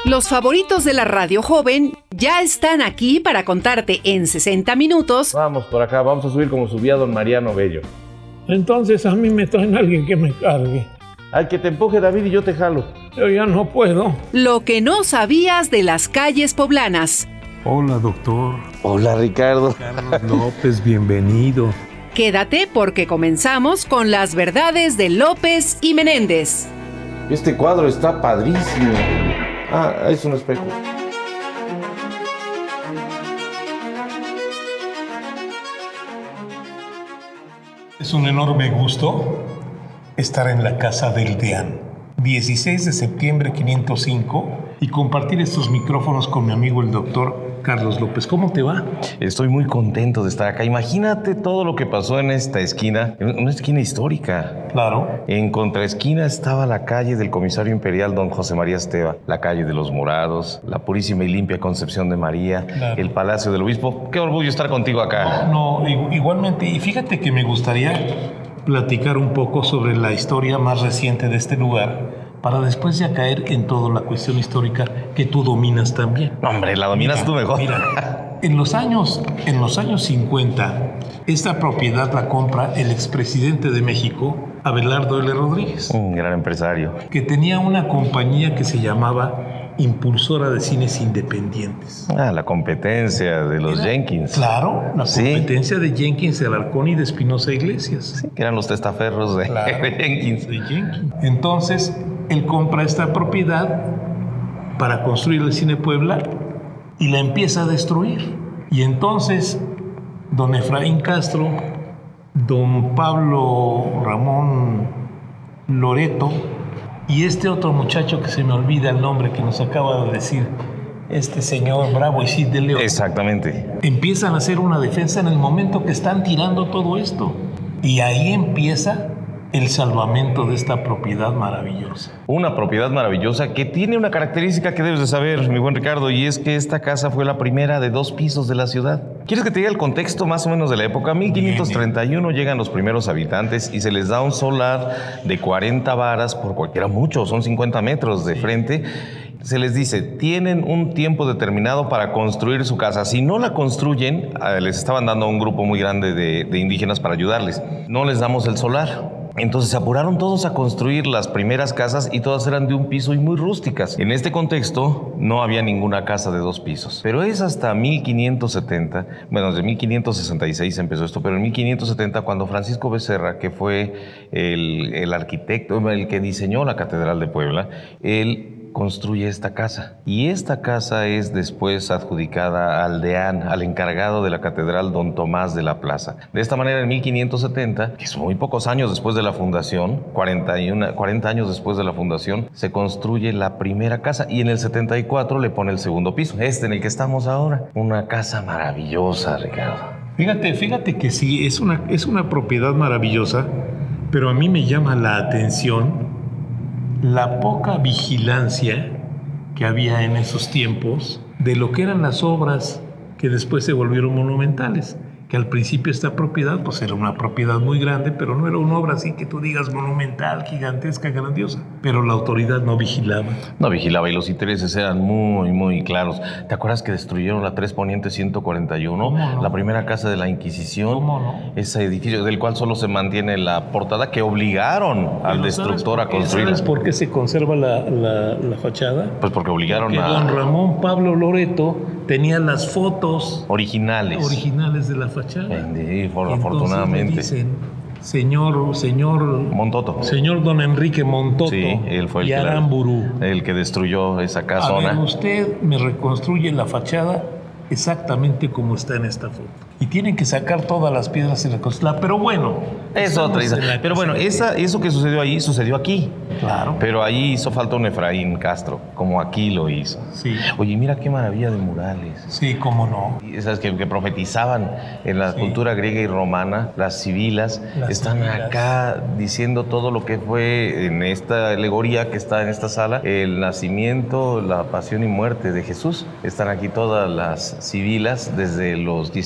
Los favoritos de la radio joven ya están aquí para contarte en 60 minutos. Vamos por acá, vamos a subir como subía don Mariano Bello. Entonces a mí me traen alguien que me cargue. Al que te empuje, David, y yo te jalo. Yo ya no puedo. Lo que no sabías de las calles poblanas. Hola, doctor. Hola, Ricardo. Carlos López, bienvenido. Quédate porque comenzamos con las verdades de López y Menéndez. Este cuadro está padrísimo. Ah, es un espejo. Es un enorme gusto estar en la casa del deán. 16 de septiembre 505 y compartir estos micrófonos con mi amigo el doctor Carlos López. ¿Cómo te va? Estoy muy contento de estar acá. Imagínate todo lo que pasó en esta esquina, una esquina histórica. Claro. En contraesquina estaba la calle del comisario imperial don José María Esteva, la calle de los Morados, la purísima y limpia Concepción de María, claro. El Palacio del Obispo. Qué orgullo estar contigo acá. No, igualmente. Y fíjate que me gustaría platicar un poco sobre la historia más reciente de este lugar para después ya caer en toda la cuestión histórica que tú dominas también. No, hombre, la dominas tú mejor. Mira, en los años 50, esta propiedad la compra el expresidente de México, Abelardo L. Rodríguez. Un gran empresario. Que tenía una compañía que se llamaba Impulsora de Cines Independientes. Ah, la competencia de los Jenkins. Claro, la competencia de Jenkins, de Alarcón y de Espinosa Iglesias. Sí, que eran los testaferros de, claro, de Jenkins. De Jenkins. Entonces, él compra esta propiedad para construir el Cine Puebla y la empieza a destruir. Y entonces, don Efraín Castro, don Pablo Ramón Loreto y este otro muchacho que se me olvida el nombre que nos acaba de decir, este señor Bravo y Cid de León. Exactamente. Empiezan a hacer una defensa en el momento que están tirando todo esto. Y ahí empieza el salvamento de esta propiedad maravillosa. Una propiedad maravillosa que tiene una característica que debes de saber, mi buen Ricardo, y es que esta casa fue la primera de 2 pisos de la ciudad. ¿Quieres que te diga el contexto más o menos de la época? 1531 llegan los primeros habitantes y se les da un solar de 40 varas por cualquiera mucho, son 50 metros de frente. Se les dice, tienen un tiempo determinado para construir su casa. Si no la construyen, les estaban dando a un grupo muy grande de indígenas para ayudarles. No les damos el solar. Entonces se apuraron todos a construir las primeras casas y todas eran de un piso y muy rústicas. En este contexto no había ninguna casa de 2 pisos. Pero es hasta 1570, bueno, desde 1566 empezó esto, pero en 1570 cuando Francisco Becerra, que fue el arquitecto, el que diseñó la Catedral de Puebla, él construye esta casa. Y esta casa es después adjudicada al deán, al encargado de la catedral, don Tomás de la Plaza. De esta manera, en 1570, que son muy pocos años después de la fundación, 40 años después de la fundación, se construye la primera casa y en el 74 le pone el segundo piso, en el que estamos ahora. Una casa maravillosa, Ricardo. Fíjate que sí, es una propiedad maravillosa, pero a mí me llama la atención la poca vigilancia que había en esos tiempos de lo que eran las obras que después se volvieron monumentales. Que al principio esta propiedad pues era una propiedad muy grande, pero no era una obra así que tú digas monumental, gigantesca, grandiosa. Pero la autoridad no vigilaba. No vigilaba y los intereses eran muy, muy claros. ¿Te acuerdas que destruyeron la 3 Poniente 141? ¿Cómo no? La primera casa de la Inquisición. ¿Cómo no? Ese edificio del cual solo se mantiene la portada que obligaron al destructor a construir. ¿Sabes por qué se conserva la fachada? Pues porque obligaron a... don Ramón Pablo Loreto tenía las fotos originales de la fachada. Afortunadamente. Dicen, señor Montoto. Señor don Enrique Montoto. Sí, él fue y Aramburu, el que destruyó esa casona. A ver, usted me reconstruye la fachada exactamente como está en esta foto. Y tienen que sacar todas las piedras y reconstruirla. Pero bueno. Es otra historia. Pero bueno, eso que sucedió ahí, sucedió aquí. Claro. Pero ahí hizo falta un Efraín Castro, como aquí lo hizo. Sí. Oye, mira qué maravilla de murales. Sí, cómo no. Esas que profetizaban en la cultura griega y romana, las sibilas, están acá diciendo todo lo que fue en esta alegoría que está en esta sala, el nacimiento, la pasión y muerte de Jesús. Están aquí todas las sibilas desde los 14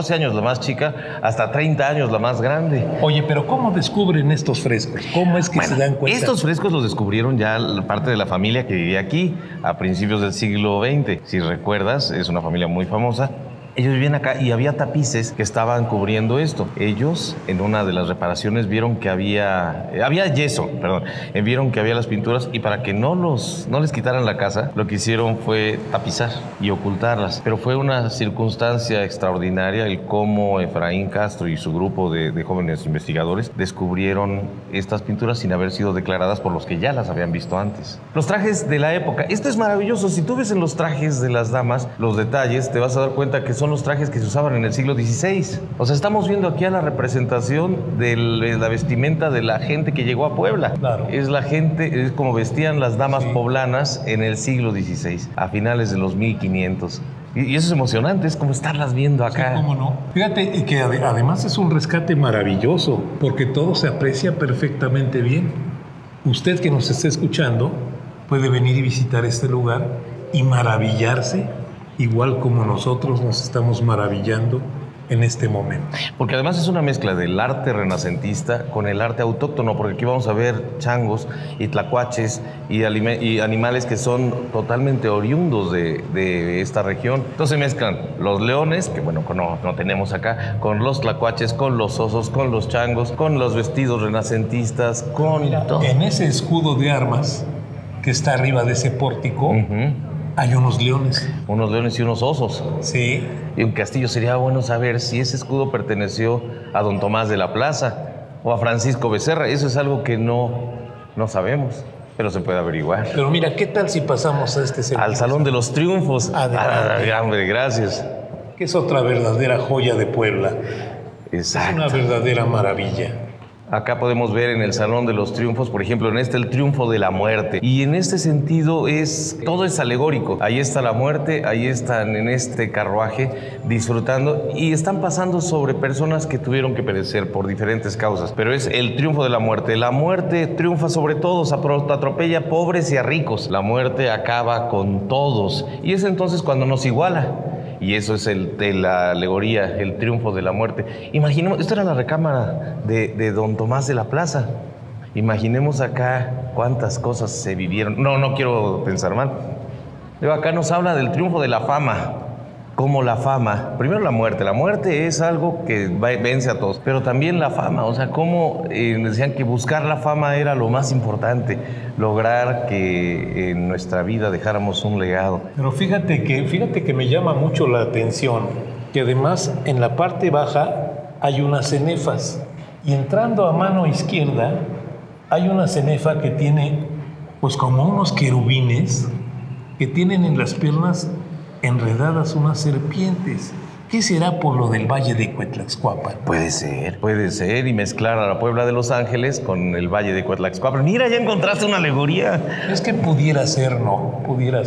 14 años la más chica, hasta 30 años la más grande. Oye, pero ¿cómo descubren estos frescos? ¿Cómo es que se dan cuenta? Estos frescos los descubrieron ya parte de la familia que vivía aquí a principios del siglo XX. Si recuerdas, es una familia muy famosa. Ellos vivían acá y había tapices que estaban cubriendo esto. Ellos, en una de las reparaciones, vieron que había yeso, perdón. Vieron que había las pinturas y para que no les quitaran la casa, lo que hicieron fue tapizar y ocultarlas. Pero fue una circunstancia extraordinaria el cómo Efraín Castro y su grupo de jóvenes investigadores descubrieron estas pinturas sin haber sido declaradas por los que ya las habían visto antes. Los trajes de la época. Esto es maravilloso. Si tú ves en los trajes de las damas los detalles, te vas a dar cuenta que son los trajes que se usaban en el siglo XVI. O sea, estamos viendo aquí a la representación de la vestimenta de la gente que llegó a Puebla. Claro. Es como vestían las damas poblanas en el siglo XVI, a finales de los 1500. Y eso es emocionante, es como estarlas viendo acá. Sí, cómo no. Fíjate, y que además es un rescate maravilloso, porque todo se aprecia perfectamente bien. Usted que nos esté escuchando puede venir y visitar este lugar y maravillarse igual como nosotros nos estamos maravillando en este momento. Porque además es una mezcla del arte renacentista con el arte autóctono, porque aquí vamos a ver changos y tlacuaches y animales que son totalmente oriundos de esta región. Entonces mezclan los leones, que bueno, no tenemos acá, con los tlacuaches, con los osos, con los changos, con los vestidos renacentistas, con todo. En ese escudo de armas que está arriba de ese pórtico, hay unos leones. Unos leones y unos osos. Sí. Y un castillo. Sería bueno saber si ese escudo perteneció a don Tomás de la Plaza o a Francisco Becerra. Eso es algo que no sabemos, pero se puede averiguar. Pero mira, ¿qué tal si pasamos a este al Salón de los Triunfos? Hombre, gracias. Que es otra verdadera joya de Puebla. Exacto. Es una verdadera maravilla. Acá podemos ver en el Salón de los Triunfos, por ejemplo, el triunfo de la muerte. Y en este sentido todo es alegórico. Ahí está la muerte, ahí están en este carruaje disfrutando y están pasando sobre personas que tuvieron que perecer por diferentes causas. Pero es el triunfo de la muerte. La muerte triunfa sobre todos, atropella a pobres y a ricos. La muerte acaba con todos. Y es entonces cuando nos iguala. Y eso es la alegoría, el triunfo de la muerte. Imaginemos, esto era la recámara de don Tomás de la Plaza. Imaginemos acá cuántas cosas se vivieron. No quiero pensar mal. Pero acá nos habla del triunfo de la fama. Como la fama, primero la muerte es algo que vence a todos, pero también la fama, o sea, como decían que buscar la fama era lo más importante, lograr que en nuestra vida dejáramos un legado. Pero fíjate que me llama mucho la atención que además en la parte baja hay unas cenefas y entrando a mano izquierda hay una cenefa que tiene pues como unos querubines que tienen en las piernas enredadas unas serpientes. ¿Qué será por lo del Valle de Cuetlaxcuapan? Puede ser, y mezclar a la Puebla de Los Ángeles con el Valle de Cuetlaxcuapan. Mira, ya encontraste una alegoría. Es que pudiera ser, ¿no? Pudiera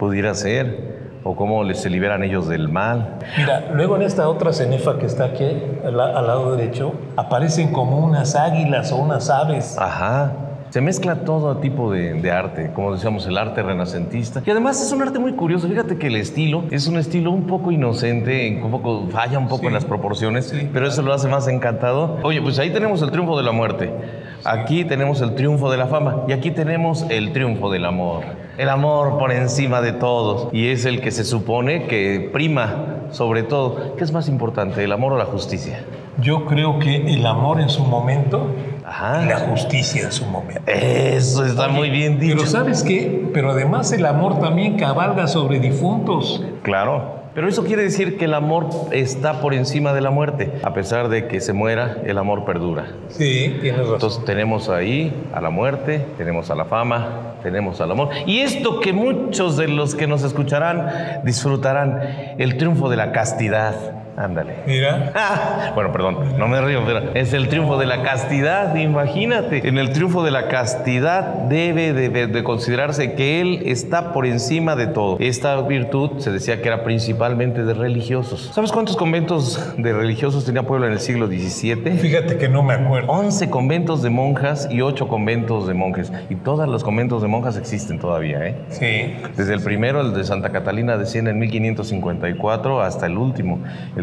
ser. O cómo se liberan ellos del mal. Mira, luego en esta otra cenefa que está aquí, al lado derecho, aparecen como unas águilas o unas aves. Ajá. Se mezcla todo tipo de arte, como decíamos, el arte renacentista. Y además es un arte muy curioso. Fíjate que el estilo es un estilo un poco inocente, falla un poco en las proporciones, pero eso lo hace más encantador. Oye, pues ahí tenemos el triunfo de la muerte. Aquí tenemos el triunfo de la fama. Y aquí tenemos el triunfo del amor. El amor por encima de todos. Y es el que se supone que prima sobre todo. ¿Qué es más importante, el amor o la justicia? Yo creo que el amor en su momento Ajá. y la justicia en su momento. Eso está muy bien dicho. Pero ¿sabes qué? Pero además el amor también cabalga sobre difuntos. Claro. Pero eso quiere decir que el amor está por encima de la muerte. A pesar de que se muera, el amor perdura. Sí, tienes razón. Entonces tenemos ahí a la muerte, tenemos a la fama, tenemos al amor. Y esto que muchos de los que nos escucharán disfrutarán, el triunfo de la castidad. Ándale. Mira. Bueno, perdón, no me río, pero es el triunfo de la castidad, imagínate. En el triunfo de la castidad debe de considerarse que él está por encima de todo. Esta virtud se decía que era principalmente de religiosos. ¿Sabes cuántos conventos de religiosos tenía Puebla en el siglo XVII? Fíjate que no me acuerdo. 11 conventos de monjas y 8 conventos de monjes. Y todos los conventos de monjas existen todavía, ¿eh? Sí. Desde el primero, el de Santa Catalina de Siena en 1554, hasta el último, el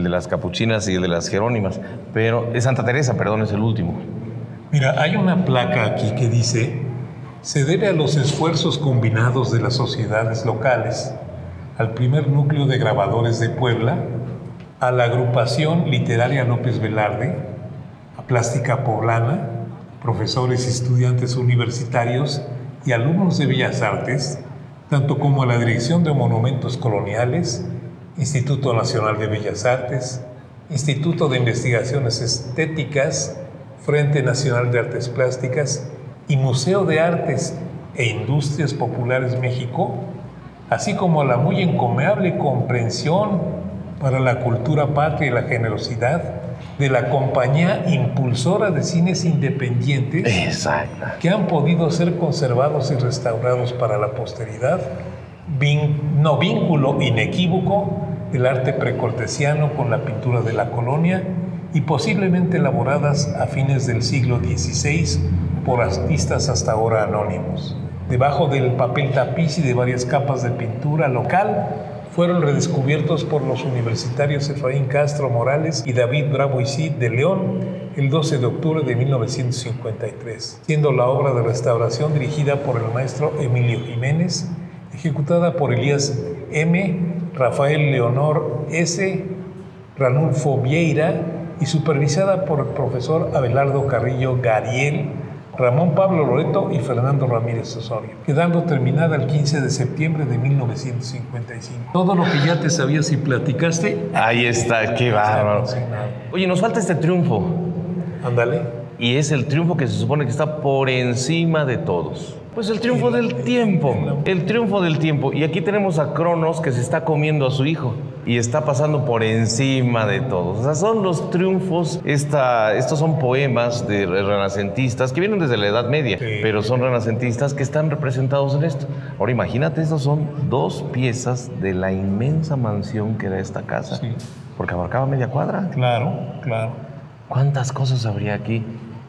de las Capuchinas y el de las Jerónimas, pero de Santa Teresa, perdón, es el último. Mira, hay una placa aquí que dice: se debe a los esfuerzos combinados de las sociedades locales, al primer núcleo de grabadores de Puebla, a la agrupación literaria López Velarde, a Plástica Poblana, profesores y estudiantes universitarios y alumnos de Bellas Artes, tanto como a la Dirección de Monumentos Coloniales, Instituto Nacional de Bellas Artes, Instituto de Investigaciones Estéticas, Frente Nacional de Artes Plásticas y Museo de Artes e Industrias Populares México, así como a la muy encomiable comprensión para la cultura patria y la generosidad de la Compañía Impulsora de Cines Independientes. Exacto. Que han podido ser conservados y restaurados para la posteridad, vínculo inequívoco del arte precortesiano con la pintura de la colonia y posiblemente elaboradas a fines del siglo XVI por artistas hasta ahora anónimos. Debajo del papel tapiz y de varias capas de pintura local, fueron redescubiertos por los universitarios Efraín Castro Morales y David Bravo y Cid de León el 12 de octubre de 1953, siendo la obra de restauración dirigida por el maestro Emilio Jiménez, ejecutada por Elías M., Rafael Leonor S., Ranulfo Vieira y supervisada por el profesor Abelardo Carrillo Gariel, Ramón Pablo Loreto y Fernando Ramírez Osorio, quedando terminada el 15 de septiembre de 1955. Todo lo que ya te sabías y platicaste, Ahí está, qué bárbaro. Oye, nos falta este triunfo. Ándale. Y es el triunfo que se supone que está por encima de todos. Pues el triunfo del tiempo, el triunfo del tiempo. Y aquí tenemos a Cronos que se está comiendo a su hijo y está pasando por encima de todos. O sea, son los triunfos, estos son poemas de renacentistas que vienen desde la Edad Media, pero son renacentistas que están representados en esto. Ahora imagínate, estos son 2 piezas de la inmensa mansión que era esta casa, porque abarcaba media cuadra. Claro, claro. ¿Cuántas cosas habría aquí?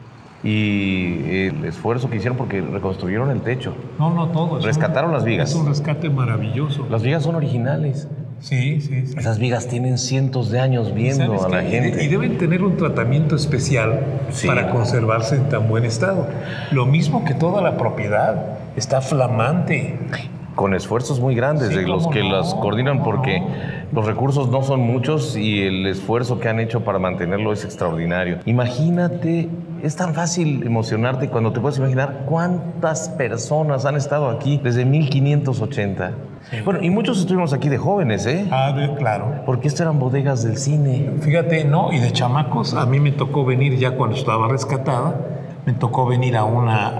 Y el esfuerzo que hicieron porque reconstruyeron el techo. No, todo. Rescataron las vigas. Es un rescate maravilloso. Las vigas son originales. Sí. Esas vigas tienen cientos de años viendo a la gente. Y deben tener un tratamiento especial para conservarse en tan buen estado. Lo mismo que toda la propiedad. Está flamante. Con esfuerzos muy grandes de los que las coordinan, porque los recursos no son muchos y el esfuerzo que han hecho para mantenerlo es extraordinario. Imagínate, es tan fácil emocionarte cuando te puedes imaginar cuántas personas han estado aquí desde 1580. Sí. Bueno, y muchos estuvimos aquí de jóvenes, ¿eh? Claro. Porque esto eran bodegas del cine. Fíjate, no, y de chamacos, a mí me tocó venir ya cuando estaba rescatada. Me tocó venir a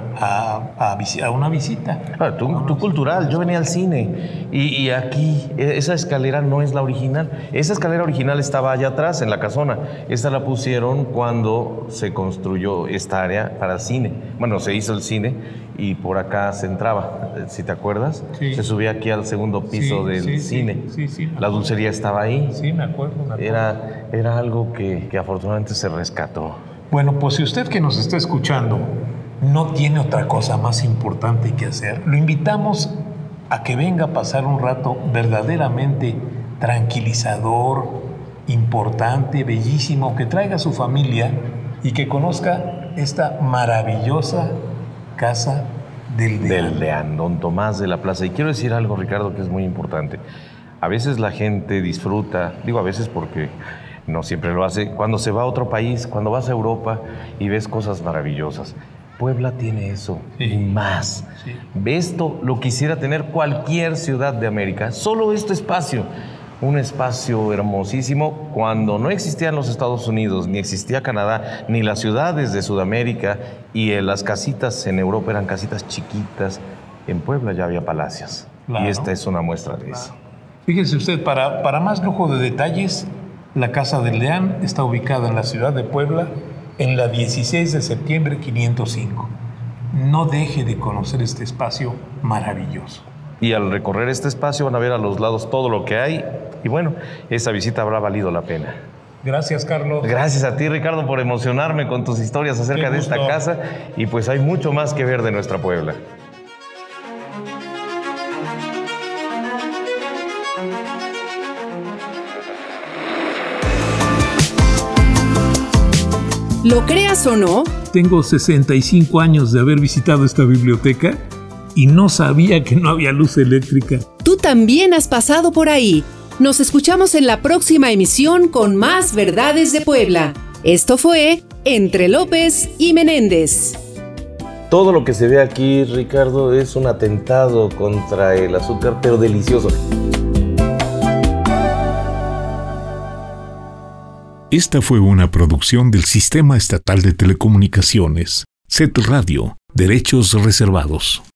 una visita. Tú cultural, yo venía al cine y aquí esa escalera no es la original. Esa escalera original estaba allá atrás en la casona. Esta la pusieron cuando se construyó esta área para cine. Bueno, se hizo el cine y por acá se entraba, si te acuerdas. Sí. Se subía aquí al segundo piso del cine. Sí. La dulcería estaba ahí. Sí, me acuerdo. Era algo que afortunadamente se rescató. Bueno, pues si usted que nos está escuchando no tiene otra cosa más importante que hacer, lo invitamos a que venga a pasar un rato verdaderamente tranquilizador, importante, bellísimo, que traiga a su familia y que conozca esta maravillosa casa del Deán, don Tomás de la Plaza. Y quiero decir algo, Ricardo, que es muy importante. A veces la gente disfruta, digo a veces porque no siempre lo hace, cuando se va a otro país, cuando vas a Europa y ves cosas maravillosas. Puebla tiene eso y más. Sí. Esto lo quisiera tener cualquier ciudad de América. Solo este espacio, un espacio hermosísimo. Cuando no existían los Estados Unidos, ni existía Canadá, ni las ciudades de Sudamérica, y las casitas en Europa eran casitas chiquitas, en Puebla ya había palacios. Claro. Y esta es una muestra de eso. Fíjese usted, para más lujo de detalles, la Casa del Deán está ubicada en la ciudad de Puebla, en la 16 de septiembre 505. No deje de conocer este espacio maravilloso. Y al recorrer este espacio van a ver a los lados todo lo que hay. Y bueno, esa visita habrá valido la pena. Gracias, Carlos. Gracias a ti, Ricardo, por emocionarme con tus historias acerca de esta casa. Y pues hay mucho más que ver de nuestra Puebla. Lo creas o no, Tengo 65 años de haber visitado esta biblioteca y no sabía que no había luz eléctrica. tú también has pasado por ahí. Nos escuchamos en la próxima emisión con más verdades de Puebla. Esto fue Entre López y Menéndez. Todo lo que se ve aquí, Ricardo, es un atentado contra el azúcar, pero delicioso. Esta fue una producción del Sistema Estatal de Telecomunicaciones, SET Radio, Derechos Reservados.